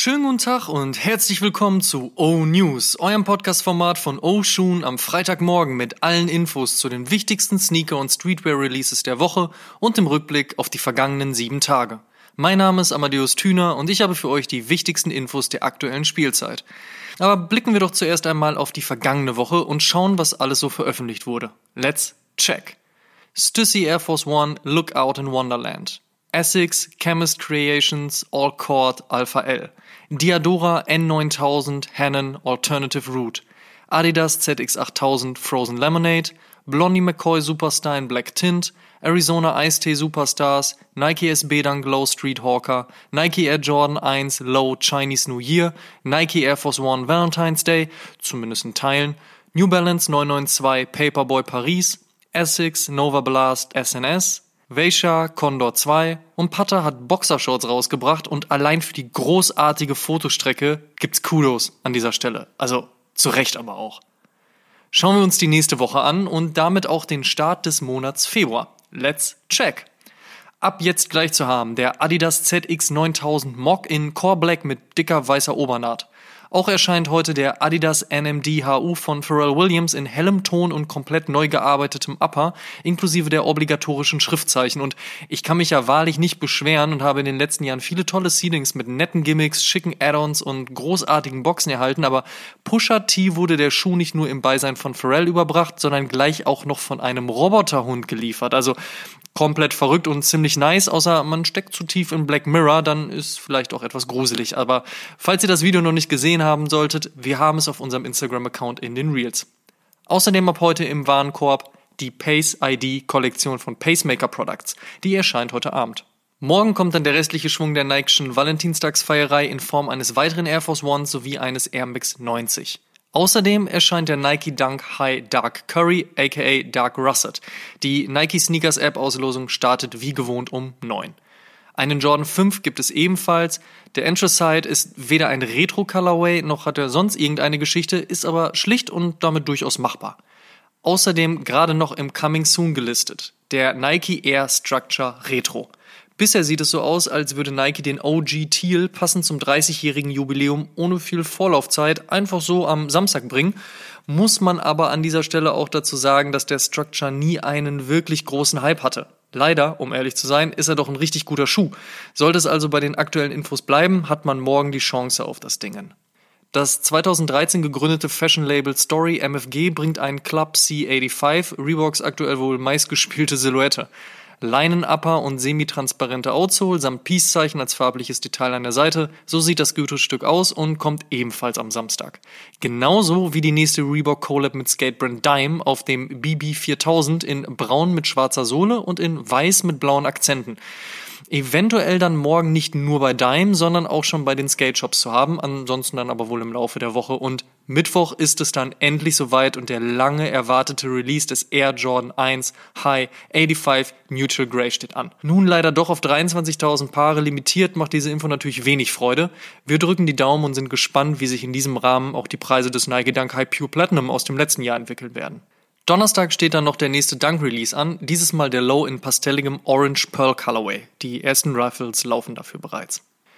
Schönen guten Tag und herzlich willkommen zu O-News, eurem Podcast-Format von O-Shoon am Freitagmorgen mit allen Infos zu den wichtigsten Sneaker- und Streetwear-Releases der Woche und dem Rückblick auf die vergangenen 7 Tage. Mein Name ist Amadeus Thüner und ich habe für euch die wichtigsten Infos der aktuellen Spielzeit. Aber blicken wir doch zuerst einmal auf die vergangene Woche und schauen, was alles so veröffentlicht wurde. Let's check. Stussy Air Force One Lookout in Wonderland. Essex Chemist Creations All Court Alpha L. Diadora N9000 Hanon Alternative Route. Adidas ZX8000 Frozen Lemonade. Blondie McCoy Superstar in Black Tint. Arizona Iced Superstars. Nike SB Dunk Low Street Hawker. Nike Air Jordan 1 Low Chinese New Year. Nike Air Force One Valentine's Day, zumindest in Teilen. New Balance 992 Paperboy Paris. Essex Nova Blast SNS. Veja Condor 2 und Pata hat Boxershorts rausgebracht und allein für die großartige Fotostrecke gibt's Kudos an dieser Stelle. Also zu Recht aber auch. Schauen wir uns die nächste Woche an und damit auch den Start des Monats Februar. Let's check! Ab jetzt gleich zu haben der Adidas ZX9000 Mock in Core Black mit dicker weißer Obernaht. Auch erscheint heute der Adidas NMD HU von Pharrell Williams in hellem Ton und komplett neu gearbeitetem Upper, inklusive der obligatorischen Schriftzeichen. Und ich kann mich ja wahrlich nicht beschweren und habe in den letzten Jahren viele tolle Seedings mit netten Gimmicks, schicken Add-ons und großartigen Boxen erhalten, aber Pusha T wurde der Schuh nicht nur im Beisein von Pharrell überbracht, sondern gleich auch noch von einem Roboterhund geliefert. Also komplett verrückt und ziemlich nice, außer man steckt zu tief in Black Mirror, dann ist vielleicht auch etwas gruselig. Aber falls ihr das Video noch nicht gesehen haben solltet, wir haben es auf unserem Instagram-Account in den Reels. Außerdem ab heute im Warenkorb die Pace ID Kollektion von Pacemaker Products. Die erscheint heute Abend. Morgen kommt dann der restliche Schwung der Nike'schen Valentinstagsfeierei in Form eines weiteren Air Force One sowie eines Air Max 90. Außerdem erscheint der Nike Dunk High Dark Curry aka Dark Russet. Die Nike Sneakers App Auslosung startet wie gewohnt um 9. Einen Jordan 5 gibt es ebenfalls. Der Anthracite ist weder ein Retro-Colorway noch hat er sonst irgendeine Geschichte, ist aber schlicht und damit durchaus machbar. Außerdem gerade noch im Coming Soon gelistet, der Nike Air Structure Retro. Bisher sieht es so aus, als würde Nike den OG Teal passend zum 30-jährigen Jubiläum ohne viel Vorlaufzeit einfach so am Samstag bringen. Muss man aber an dieser Stelle auch dazu sagen, dass der Structure nie einen wirklich großen Hype hatte. Leider, um ehrlich zu sein, ist er doch ein richtig guter Schuh. Sollte es also bei den aktuellen Infos bleiben, hat man morgen die Chance auf das Dingen. Das 2013 gegründete Fashion-Label Story MFG bringt einen Club C85, Reeboks aktuell wohl meistgespielte Silhouette. Leinen-Upper und semi-transparente Outsole samt Peace-Zeichen als farbliches Detail an der Seite. So sieht das Gütestück aus und kommt ebenfalls am Samstag. Genauso wie die nächste Reebok Collab mit Skatebrand Dime auf dem BB4000 in braun mit schwarzer Sohle und in weiß mit blauen Akzenten. Eventuell dann morgen nicht nur bei Dime, sondern auch schon bei den Skate-Shops zu haben, ansonsten dann aber wohl im Laufe der Woche. Und Mittwoch ist es dann endlich soweit und der lange erwartete Release des Air Jordan 1 High 85 Neutral Grey steht an. Nun leider doch auf 23.000 Paare limitiert, macht diese Info natürlich wenig Freude. Wir drücken die Daumen und sind gespannt, wie sich in diesem Rahmen auch die Preise des Nike Dunk High Pure Platinum aus dem letzten Jahr entwickeln werden. Donnerstag steht dann noch der nächste Dunk-Release an, dieses Mal der Low in pastelligem Orange Pearl Colorway. Die ersten Rifles laufen dafür bereits.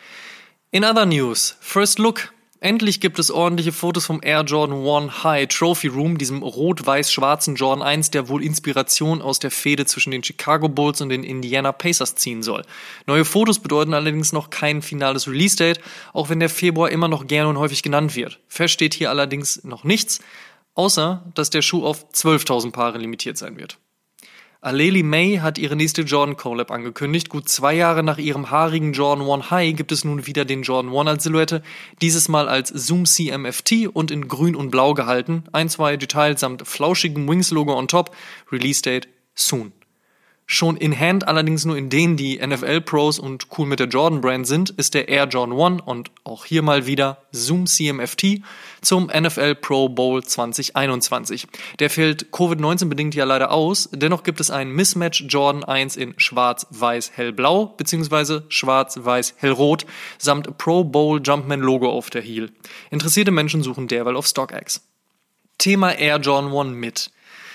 In other news, First Look. Endlich gibt es ordentliche Fotos vom Air Jordan 1 High Trophy Room, diesem rot-weiß-schwarzen Jordan 1, der wohl Inspiration aus der Fehde zwischen den Chicago Bulls und den Indiana Pacers ziehen soll. Neue Fotos bedeuten allerdings noch kein finales Release-Date, auch wenn der Februar immer noch gerne und häufig genannt wird. Fest steht hier allerdings noch nichts, außer dass der Schuh auf 12.000 Paare limitiert sein wird. Aleli May hat ihre nächste Jordan Collab angekündigt. Gut 2 Jahre nach ihrem haarigen Jordan 1 High gibt es nun wieder den Jordan 1 als Silhouette, dieses Mal als Zoom CMFT und in grün und blau gehalten. 2 Details samt flauschigem Wings-Logo on top. Release Date soon. Schon in Hand, allerdings nur in denen die NFL-Pros und cool mit der Jordan-Brand sind, ist der Air Jordan 1 und auch hier mal wieder Zoom CMFT zum NFL Pro Bowl 2021. Der fällt Covid-19 bedingt ja leider aus, dennoch gibt es einen Mismatch Jordan 1 in schwarz-weiß-hellblau bzw. schwarz-weiß-hellrot samt Pro Bowl Jumpman-Logo auf der Heel. Interessierte Menschen suchen derweil auf StockX. Thema Air Jordan 1 mit.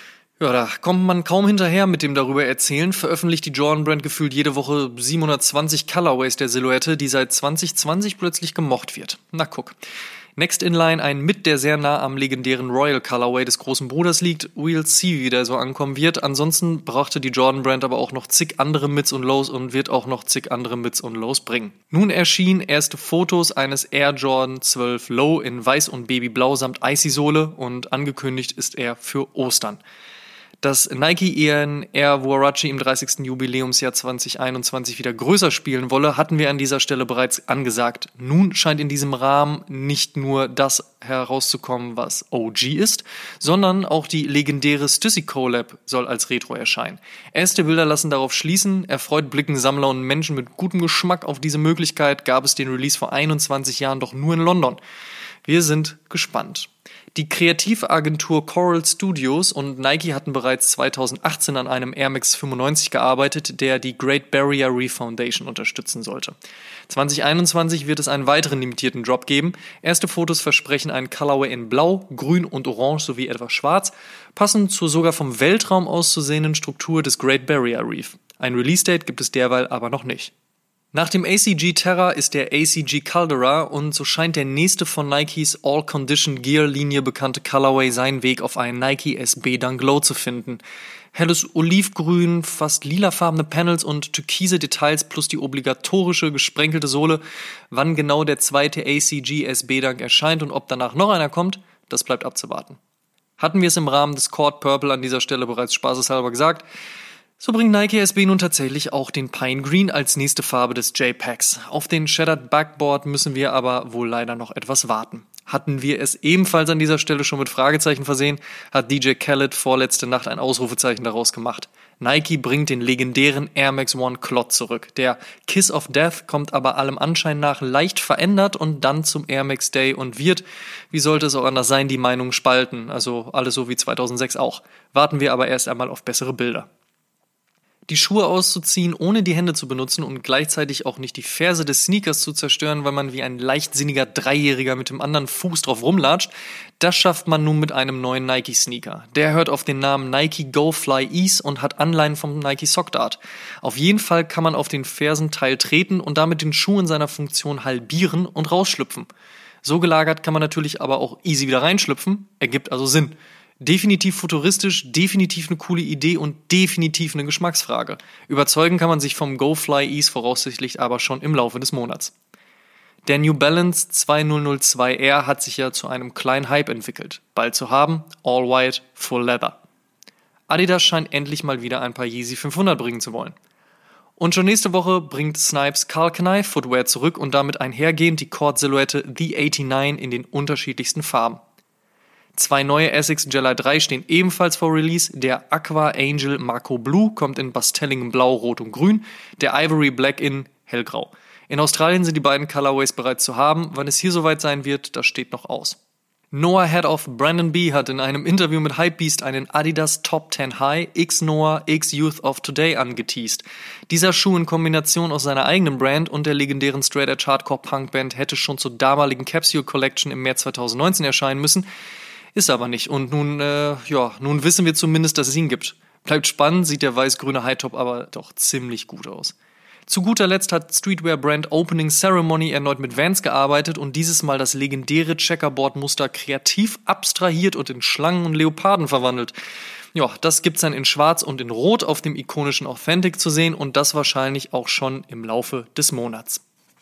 Ja, da kommt man kaum hinterher mit dem darüber erzählen, veröffentlicht die Jordan Brand gefühlt jede Woche 720 Colorways der Silhouette, die seit 2020 plötzlich gemocht wird. Na guck. Next in line ein Mit, der sehr nah am legendären Royal Colorway des großen Bruders liegt. We'll see, wie der so ankommen wird. Ansonsten brachte die Jordan Brand aber auch noch zig andere Mids und Lows und wird auch noch zig andere Mids und Lows bringen. Nun erschienen erste Fotos eines Air Jordan 12 Low in Weiß und Babyblau samt Icy-Sohle und angekündigt ist er für Ostern. Dass Nike ihren Air Huarache im 30. Jubiläumsjahr 2021 wieder größer spielen wolle, hatten wir an dieser Stelle bereits angesagt. Nun scheint in diesem Rahmen nicht nur das herauszukommen, was OG ist, sondern auch die legendäre Stussy Collab soll als Retro erscheinen. Erste Bilder lassen darauf schließen, erfreut blicken Sammler und Menschen mit gutem Geschmack auf diese Möglichkeit, gab es den Release vor 21 Jahren doch nur in London. Wir sind gespannt. Die Kreativagentur Coral Studios und Nike hatten bereits 2018 an einem Air Max 95 gearbeitet, der die Great Barrier Reef Foundation unterstützen sollte. 2021 wird es einen weiteren limitierten Drop geben. Erste Fotos versprechen einen Colorway in Blau, Grün und Orange sowie etwas Schwarz, passend zur sogar vom Weltraum auszusehenden Struktur des Great Barrier Reef. Ein Release-Date gibt es derweil aber noch nicht. Nach dem ACG Terra ist der ACG Caldera und so scheint der nächste von Nikes All-Condition Gear-Linie bekannte Colorway seinen Weg auf einen Nike SB Dunk Low zu finden. Helles Olivgrün, fast lilafarbene Panels und türkise Details plus die obligatorische gesprenkelte Sohle. Wann genau der zweite ACG SB Dunk erscheint und ob danach noch einer kommt, das bleibt abzuwarten. Hatten wir es im Rahmen des Court Purple an dieser Stelle bereits spaßeshalber gesagt, so bringt Nike SB nun tatsächlich auch den Pine Green als nächste Farbe des JPEGs. Auf den Shattered Backboard müssen wir aber wohl leider noch etwas warten. Hatten wir es ebenfalls an dieser Stelle schon mit Fragezeichen versehen, hat DJ Khaled vorletzte Nacht ein Ausrufezeichen daraus gemacht. Nike bringt den legendären Air Max One Clot zurück. Der Kiss of Death kommt aber allem Anschein nach leicht verändert und dann zum Air Max Day und wird, wie sollte es auch anders sein, die Meinungen spalten. Also alles so wie 2006 auch. Warten wir aber erst einmal auf bessere Bilder. Die Schuhe auszuziehen, ohne die Hände zu benutzen und gleichzeitig auch nicht die Ferse des Sneakers zu zerstören, weil man wie ein leichtsinniger Dreijähriger mit dem anderen Fuß drauf rumlatscht, das schafft man nun mit einem neuen Nike-Sneaker. Der hört auf den Namen Nike Go Fly Ease und hat Anleihen vom Nike Sock Dart. Auf jeden Fall kann man auf den Fersenteil treten und damit den Schuh in seiner Funktion halbieren und rausschlüpfen. So gelagert kann man natürlich aber auch easy wieder reinschlüpfen, ergibt also Sinn. Definitiv futuristisch, definitiv eine coole Idee und definitiv eine Geschmacksfrage. Überzeugen kann man sich vom Go Fly Ease voraussichtlich aber schon im Laufe des Monats. Der New Balance 2002R hat sich ja zu einem kleinen Hype entwickelt. Bald zu haben, all white, full leather. Adidas scheint endlich mal wieder ein paar Yeezy 500 bringen zu wollen. Und schon nächste Woche bringt Snipes Karl Kani Footwear zurück und damit einhergehend die Court-Silhouette The 89 in den unterschiedlichsten Farben. 2 neue Essex Gelli 3 stehen ebenfalls vor Release. Der Aqua Angel Marco Blue kommt in pastelligem Blau, Rot und Grün. Der Ivory Black in Hellgrau. In Australien sind die beiden Colorways bereits zu haben. Wann es hier soweit sein wird, das steht noch aus. Noah Head of Brandon B. hat in einem Interview mit Hypebeast einen Adidas Top 10 High X Noah X Youth of Today angeteased. Dieser Schuh in Kombination aus seiner eigenen Brand und der legendären Straight Edge Hardcore Punk Band hätte schon zur damaligen Capsule Collection im März 2019 erscheinen müssen. Ist aber nicht. Und nun wissen wir zumindest, dass es ihn gibt. Bleibt spannend, sieht der weiß-grüne Hightop aber doch ziemlich gut aus. Zu guter Letzt hat Streetwear-Brand Opening Ceremony erneut mit Vans gearbeitet und dieses Mal das legendäre Checkerboard-Muster kreativ abstrahiert und in Schlangen und Leoparden verwandelt. Ja, das gibt's dann in Schwarz und in Rot auf dem ikonischen Authentic zu sehen und das wahrscheinlich auch schon im Laufe des Monats.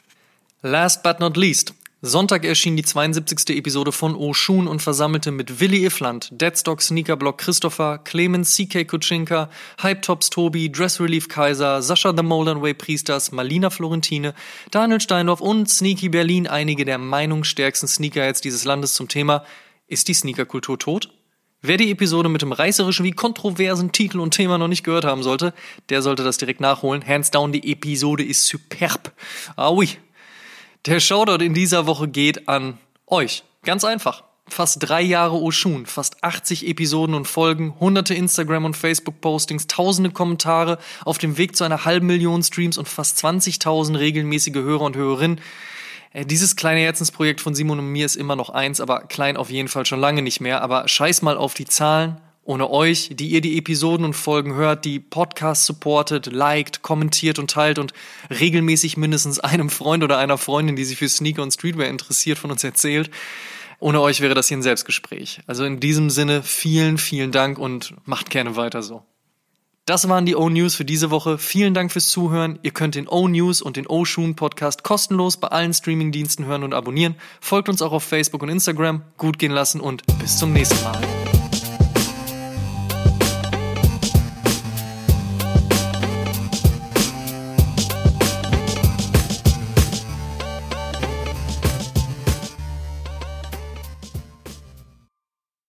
Last but not least. Sonntag erschien die 72. Episode von Oshun und versammelte mit Willi Ifland, Deadstock Sneakerblock Christopher, Clemens CK Kutschinka, Hype Tops Tobi, Dress Relief Kaiser, Sascha The Molden Way Priesters, Malina Florentine, Daniel Steindorf und Sneaky Berlin einige der meinungsstärksten Sneakerheads dieses Landes zum Thema: Ist die Sneakerkultur tot? Wer die Episode mit dem reißerischen wie kontroversen Titel und Thema noch nicht gehört haben sollte, der sollte das direkt nachholen. Hands down, die Episode ist superb. Ah oui. Der Shoutout in dieser Woche geht an euch. Ganz einfach. Fast 3 Jahre Oshun, fast 80 Episoden und Folgen, hunderte Instagram- und Facebook-Postings, tausende Kommentare, auf dem Weg zu einer 500.000 Streams und fast 20.000 regelmäßige Hörer und Hörerinnen. Dieses kleine Herzensprojekt von Simon und mir ist immer noch eins, aber klein auf jeden Fall schon lange nicht mehr. Aber scheiß mal auf die Zahlen. Ohne euch, die ihr die Episoden und Folgen hört, die Podcasts supportet, liked, kommentiert und teilt und regelmäßig mindestens einem Freund oder einer Freundin, die sich für Sneaker und Streetwear interessiert, von uns erzählt. Ohne euch wäre das hier ein Selbstgespräch. Also in diesem Sinne vielen, vielen Dank und macht gerne weiter so. Das waren die O-News für diese Woche. Vielen Dank fürs Zuhören. Ihr könnt den O-News und den O-Shoon Podcast kostenlos bei allen Streamingdiensten hören und abonnieren. Folgt uns auch auf Facebook und Instagram. Gut gehen lassen und bis zum nächsten Mal.